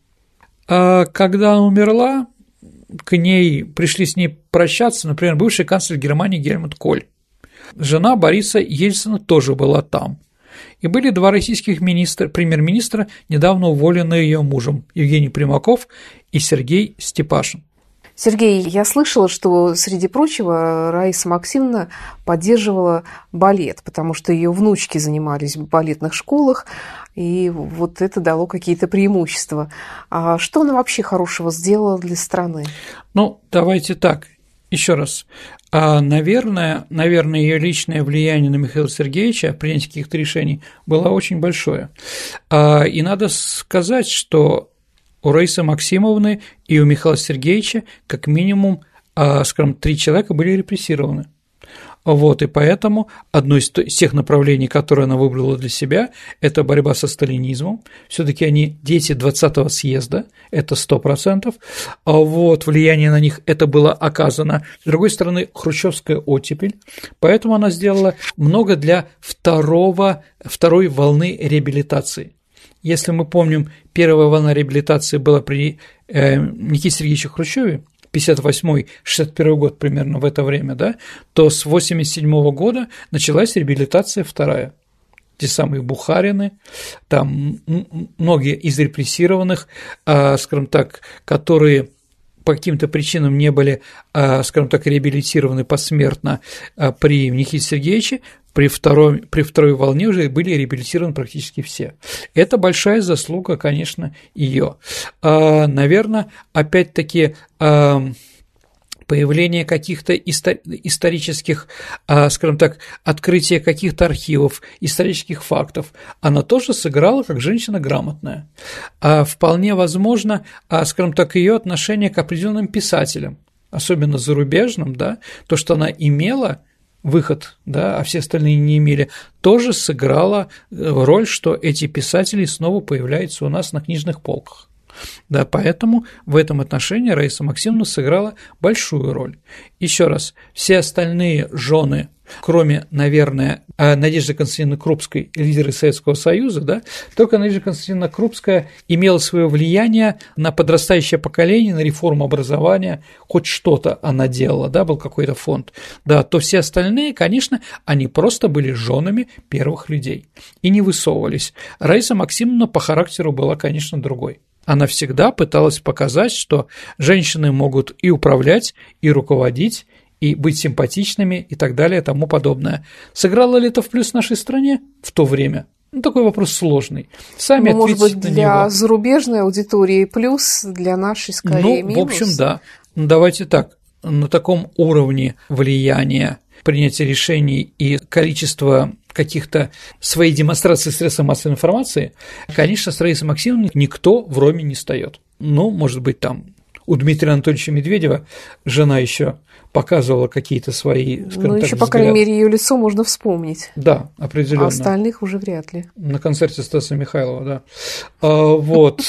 C: А когда она умерла, к ней пришли с ней прощаться, например, бывший канцлер Германии Гельмут Коль. Жена Бориса Ельцина тоже была там. И были два российских министра, премьер-министра, недавно уволенные ее мужем, Евгений Примаков и Сергей Степашин.
B: Сергей, я слышала, что, среди прочего, Раиса Максимовна поддерживала балет, потому что ее внучки занимались в балетных школах, и вот это дало какие-то преимущества. А что она вообще хорошего сделала для страны?
C: Ну, давайте так, еще раз. А, наверное, наверное, ее личное влияние на Михаила Сергеевича, принятие каких-то решений, было очень большое. А, и надо сказать, что у Раисы Максимовны и у Михаила Сергеевича как минимум, скажем, три человека были репрессированы. Вот, и поэтому одно из тех направлений, которое она выбрала для себя, это борьба со сталинизмом. Все-таки они дети двадцатого съезда, это сто процентов. Вот, влияние на них это было оказано. С другой стороны, хрущевская оттепель, поэтому она сделала много для второго, второй волны реабилитации. Если мы помним, первая волна реабилитации была при э, Никите Сергеевиче Хрущеве, пятьдесят восьмой — шестьдесят первый год примерно в это время, да, то с восемьдесят седьмого года началась реабилитация вторая. Те самые Бухарины, там многие из репрессированных, э, скажем так, которые по каким-то причинам не были, э, скажем так, реабилитированы посмертно э, при Никите Сергеевиче, При второй, при второй волне уже были реабилитированы практически все. Это большая заслуга, конечно, ее. Наверное, опять-таки, появление каких-то исторических, скажем так, открытие каких-то архивов, исторических фактов, она тоже сыграла как женщина грамотная. Вполне возможно, скажем так, ее отношение к определенным писателям, особенно зарубежным, да, то, что она имела выход, да, а все остальные не имели, тоже сыграла роль, что эти писатели снова появляются у нас на книжных полках. Да, поэтому в этом отношении Раиса Максимовна сыграла большую роль. Еще раз, все остальные жены, кроме, наверное, Надежды Константиновны Крупской, лидера Советского Союза, да, только Надежда Константиновна Крупская имела свое влияние на подрастающее поколение, на реформу образования, хоть что-то она делала, да, был какой-то фонд, да, то все остальные, конечно, они просто были женами первых людей и не высовывались. Раиса Максимовна по характеру была, конечно, другой. Она всегда пыталась показать, что женщины могут и управлять, и руководить, и быть симпатичными и так далее и тому подобное. Сыграло ли это в плюс нашей стране в то время? Ну, такой вопрос сложный. Сами
B: ну,
C: ответьте
B: может быть,
C: на
B: для
C: него.
B: зарубежной аудитории плюс, для нашей скорее
C: ну,
B: минус.
C: Ну, в общем, да. Ну, давайте так, на таком уровне влияния, принятия решений и количества каких-то своей демонстрации средств массовой информации, конечно, с Раисой Максимовной никто в роме не встает. Ну, может быть, там у Дмитрия Анатольевича Медведева жена еще показывала какие-то свои, скажем
B: ну,
C: так,
B: еще, по крайней мере, ее лицо можно вспомнить.
C: Да, определенно.
B: А остальных уже вряд ли.
C: На концерте Стаса Михайлова, да. А, вот.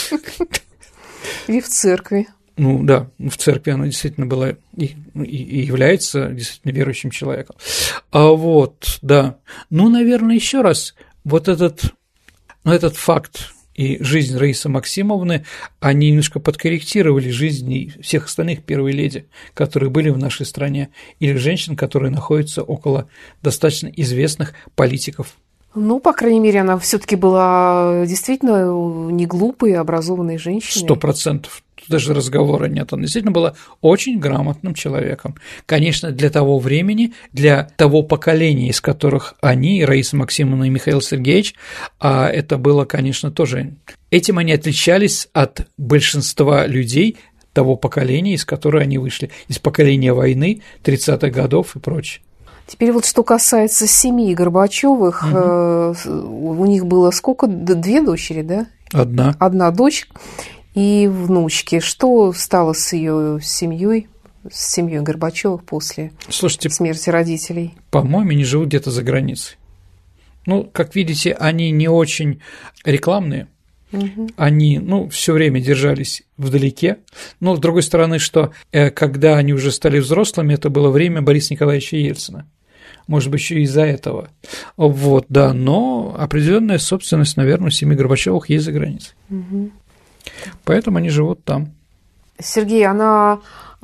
B: Или в церкви.
C: Ну да, в церкви она действительно была и, и является действительно верующим человеком. А вот, да. Ну, наверное, еще раз, вот этот, ну, этот факт и жизнь Раисы Максимовны, они немножко подкорректировали жизни всех остальных первой леди, которые были в нашей стране, или женщин, которые находятся около достаточно известных политиков.
B: Ну, по крайней мере, она все-таки была действительно не глупой, образованной женщиной.
C: Сто процентов. Даже разговора нет. Она действительно была очень грамотным человеком. Конечно, для того времени, для того поколения, из которых они, Раиса Максимовна и Михаил Сергеевич, а это было, конечно, тоже… Этим они отличались от большинства людей того поколения, из которого они вышли, из поколения войны, тридцатых годов и прочее.
B: Теперь вот что касается семьи Горбачевых, угу. э, у них было сколько? Две дочери, да?
C: Одна.
B: Одна дочь и внучки. Что стало с ее семьей, с семьей Горбачевых после
C: Слушайте,
B: смерти родителей?
C: По-моему, они живут где-то за границей. Ну, как видите, они не очень рекламные. Угу. Они, ну, все время держались вдалеке. Но, с другой стороны, что э, когда они уже стали взрослыми, это было время Бориса Николаевича Ельцина. Может быть, еще из-за этого. Вот, да, но определенная собственность, наверное, у семьи Горбачевых есть за границей. Угу. Поэтому они живут там.
B: Сергей, она,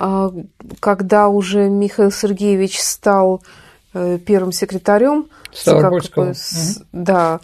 B: когда уже Михаил Сергеевич стал первым секретарем,
C: Ставропольского,
B: угу. да,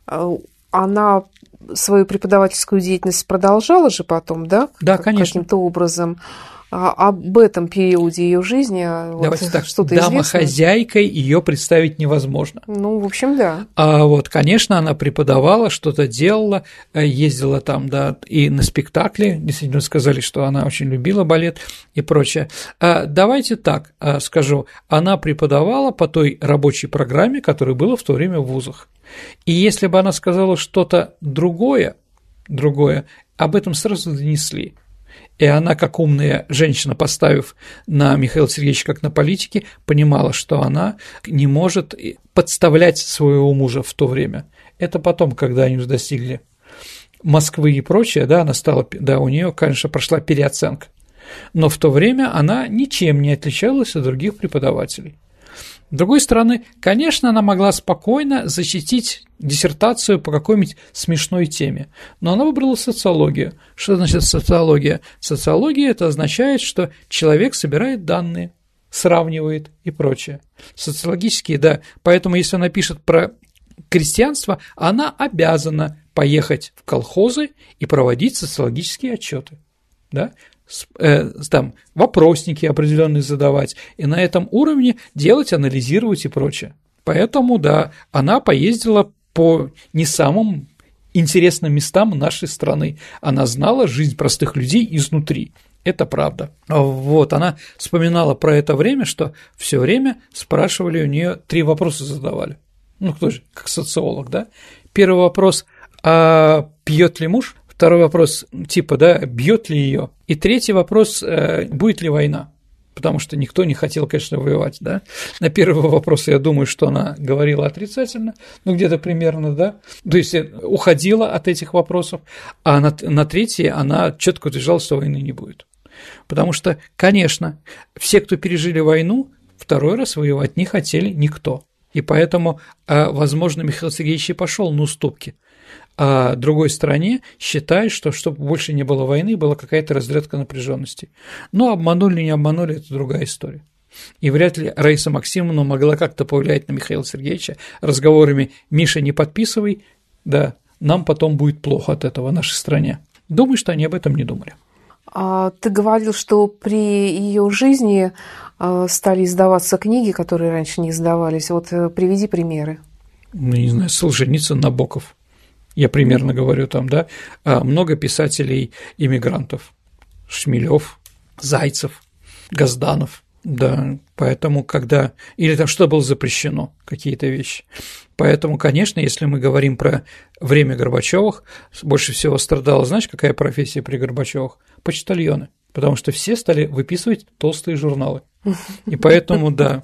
B: она свою преподавательскую деятельность продолжала же потом, да?
C: Да, конечно.
B: Каким-то образом. А об этом периоде ее жизни
C: Давайте
B: вот
C: так,
B: что-то известно?
C: Домохозяйкой ее представить невозможно.
B: Ну, в общем, да.
C: А вот, конечно, она преподавала, что-то делала, ездила там, да, и на спектакли, действительно сказали, что она очень любила балет и прочее. А давайте так скажу, она преподавала по той рабочей программе, которая была в то время в вузах. И если бы она сказала что-то другое, другое, об этом сразу донесли. И она, как умная женщина, поставив на Михаила Сергеевича как на политике, понимала, что она не может подставлять своего мужа в то время. Это потом, когда они уже достигли Москвы и прочее, да, она стала, да, у нее, конечно, прошла переоценка. Но в то время она ничем не отличалась от других преподавателей. С другой стороны, конечно, она могла спокойно защитить диссертацию по какой-нибудь смешной теме, но она выбрала социологию. Что значит социология? Социология – это означает, что человек собирает данные, сравнивает и прочее. Социологические, да, поэтому если она пишет про крестьянство, она обязана поехать в колхозы и проводить социологические отчеты, да? Там вопросники определенные задавать, и на этом уровне делать, анализировать и прочее. Поэтому, да, она поездила по не самым интересным местам нашей страны. Она знала жизнь простых людей изнутри. Это правда. Вот, она вспоминала про это время, что все время спрашивали у нее, три вопроса задавали. Ну, кто же, как социолог, да? Первый вопрос, а пьет ли муж? Второй вопрос, типа, да, бьет ли ее? И третий вопрос, будет ли война? потому что никто не хотел, конечно, воевать, да. На первый вопрос, я думаю, что она говорила отрицательно, ну, где-то примерно, да, то есть уходила от этих вопросов, а на, на третий она четко утверждала, что войны не будет. Потому что, конечно, все, кто пережили войну, второй раз воевать не хотели никто. И поэтому, возможно, Михаил Сергеевич и пошел на уступки. А другой стороне считает, что чтобы больше не было войны, была какая-то разрядка напряженности. Но обманули, не обманули – это другая история. И вряд ли Раиса Максимовна могла как-то повлиять на Михаила Сергеевича разговорами «Миша, не подписывай, да, нам потом будет плохо от этого в нашей стране». Думаю, что они об этом не думали.
B: А ты говорил, что при ее жизни стали издаваться книги, которые раньше не издавались. Вот приведи примеры.
C: Ну, не знаю, Солженицын, Набоков. Я примерно говорю там, да, много писателей-иммигрантов, Шмелев, Зайцев, Газданов, да, поэтому когда, или там что было запрещено, какие-то вещи, поэтому, конечно, если мы говорим про время Горбачёвых, больше всего страдала, знаешь, какая профессия при Горбачёвых? Почтальоны, потому что все стали выписывать толстые журналы. И поэтому, да,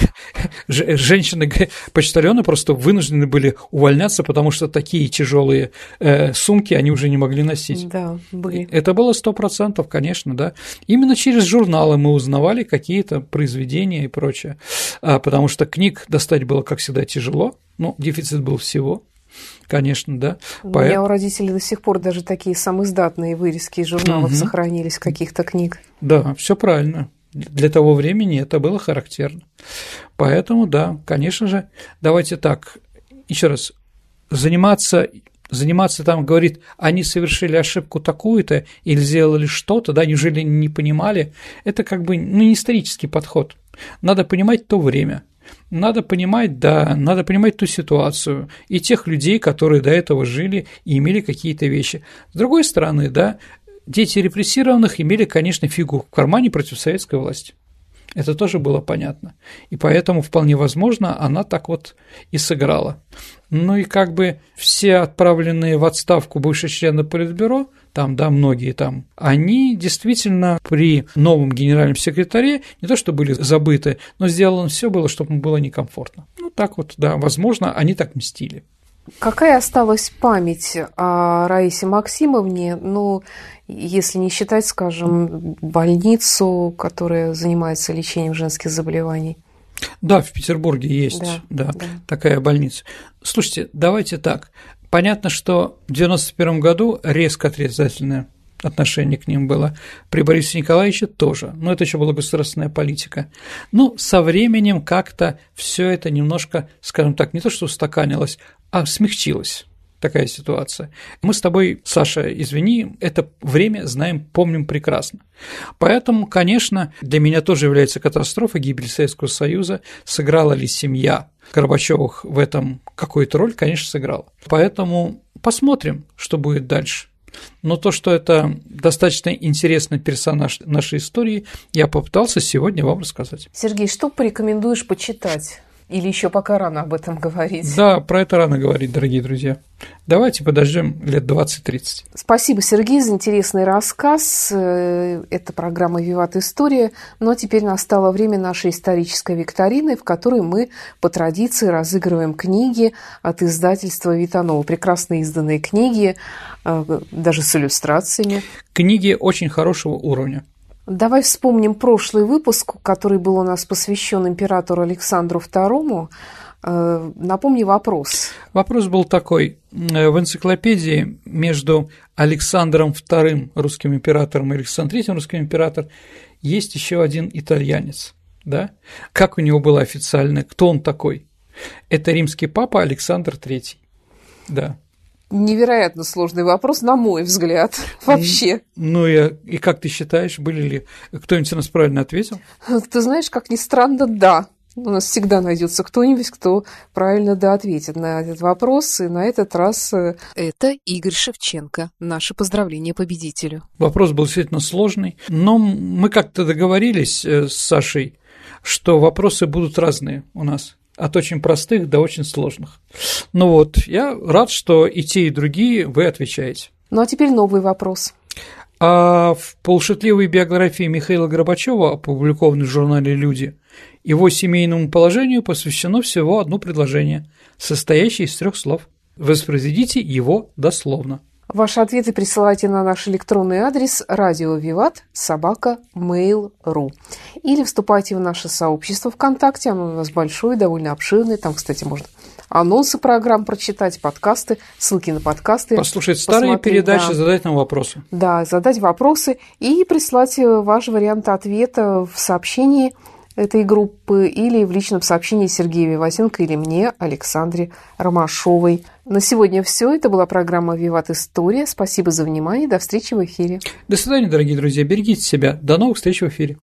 C: женщины-почтальоны просто вынуждены были увольняться, потому что такие тяжелые э, сумки они уже не могли носить.
B: Да, были.
C: Это было сто процентов, конечно, да. Именно через журналы мы узнавали какие-то произведения и прочее, а, потому что книг достать было, как всегда, тяжело, ну, дефицит был всего. Конечно, да.
B: У По... меня у родителей до сих пор даже такие самоиздатные вырезки из журналов угу. сохранились, каких-то книг.
C: Да, все правильно. Для того времени это было характерно. Поэтому, да, конечно же, давайте так, еще раз, заниматься, заниматься там, говорит, они совершили ошибку такую-то или сделали что-то, да, неужели не понимали, это как бы, ну, не исторический подход. Надо понимать то время. Надо понимать, да, надо понимать ту ситуацию и тех людей, которые до этого жили и имели какие-то вещи. С другой стороны, да, дети репрессированных имели, конечно, фигу в кармане против советской власти. Это тоже было понятно. И поэтому, вполне возможно, она так вот и сыграла. Ну и как бы все отправленные в отставку бывшие члены Политбюро, там, да, многие там, они действительно при новом генеральном секретаре не то что были забыты, но сделано все было, чтобы им было некомфортно. Ну так вот, да, возможно, они так мстили.
B: Какая осталась память о Раисе Максимовне, ну, если не считать, скажем, больницу, которая занимается лечением женских заболеваний?
C: Да, в Петербурге есть, да, да, да. такая больница. Слушайте, давайте так. Понятно, что в девяносто первом году резко отрицательное отношение к ним было, при Борисе Николаевиче тоже, но это еще была государственная политика. Ну, со временем как-то все это немножко, скажем так, не то что устаканилось, а смягчилось. Такая ситуация. Мы с тобой, Саша, извини, это время знаем, помним прекрасно. Поэтому, конечно, для меня тоже является катастрофой гибель Советского Союза. Сыграла ли семья Горбачёвых в этом какую-то роль? Конечно, сыграла. Поэтому посмотрим, что будет дальше. Но то, что это достаточно интересный персонаж нашей истории, я попытался сегодня вам рассказать.
B: Сергей, что порекомендуешь почитать? Или еще пока рано об этом говорить?
C: Да, про это рано говорить, дорогие друзья. Давайте подождем лет двадцать-тридцать.
B: Спасибо, Сергей, за интересный рассказ. Это программа «Виват История». Ну а теперь настало время нашей исторической викторины, в которой мы по традиции разыгрываем книги от издательства Витанова. Прекрасно изданные книги, даже с иллюстрациями. Книги
C: очень хорошего уровня.
B: Давай вспомним прошлый выпуск, который был у нас посвящен императору Александру второму. Напомни вопрос.
C: Вопрос был такой. В энциклопедии между Александром вторым русским императором и Александром третьим русским императором есть еще один итальянец. Да? Как у него было официально? Кто он такой? Это римский папа Александр третий. Да.
B: Невероятно сложный вопрос, на мой взгляд, вообще.
C: Ну и, и как ты считаешь, были ли кто-нибудь у нас правильно ответил?
B: Ты знаешь, как ни странно, да. У нас всегда найдется кто-нибудь, кто правильно да ответит на этот вопрос, и на этот раз это Игорь Шевченко. Наше поздравление победителю.
C: Вопрос был действительно сложный, но мы как-то договорились с Сашей, что вопросы будут разные у нас. От очень простых до очень сложных. Ну вот, я рад, что и те, и другие вы отвечаете.
B: Ну а теперь новый вопрос.
C: А в полушутливой биографии Михаила Горбачева, опубликованной в журнале «Люди», его семейному положению посвящено всего одно предложение, состоящее из трех слов. Воспроизведите его дословно.
B: Ваши ответы присылайте на наш электронный адрес радио виват собака мейл точка ру или вступайте в наше сообщество ВКонтакте, оно у нас большое, довольно обширное, там, кстати, можно анонсы программ прочитать, подкасты, ссылки на подкасты.
C: Послушать старые передачи, да. Задать нам вопросы.
B: Да, задать вопросы и прислать ваш вариант ответа в сообщении этой группы или в личном сообщении Сергея Виватенко или мне, Александре Ромашовой. На сегодня все. Это была программа «Виват История». Спасибо за внимание. До встречи в эфире.
C: До свидания, дорогие друзья. Берегите себя. До новых встреч в эфире.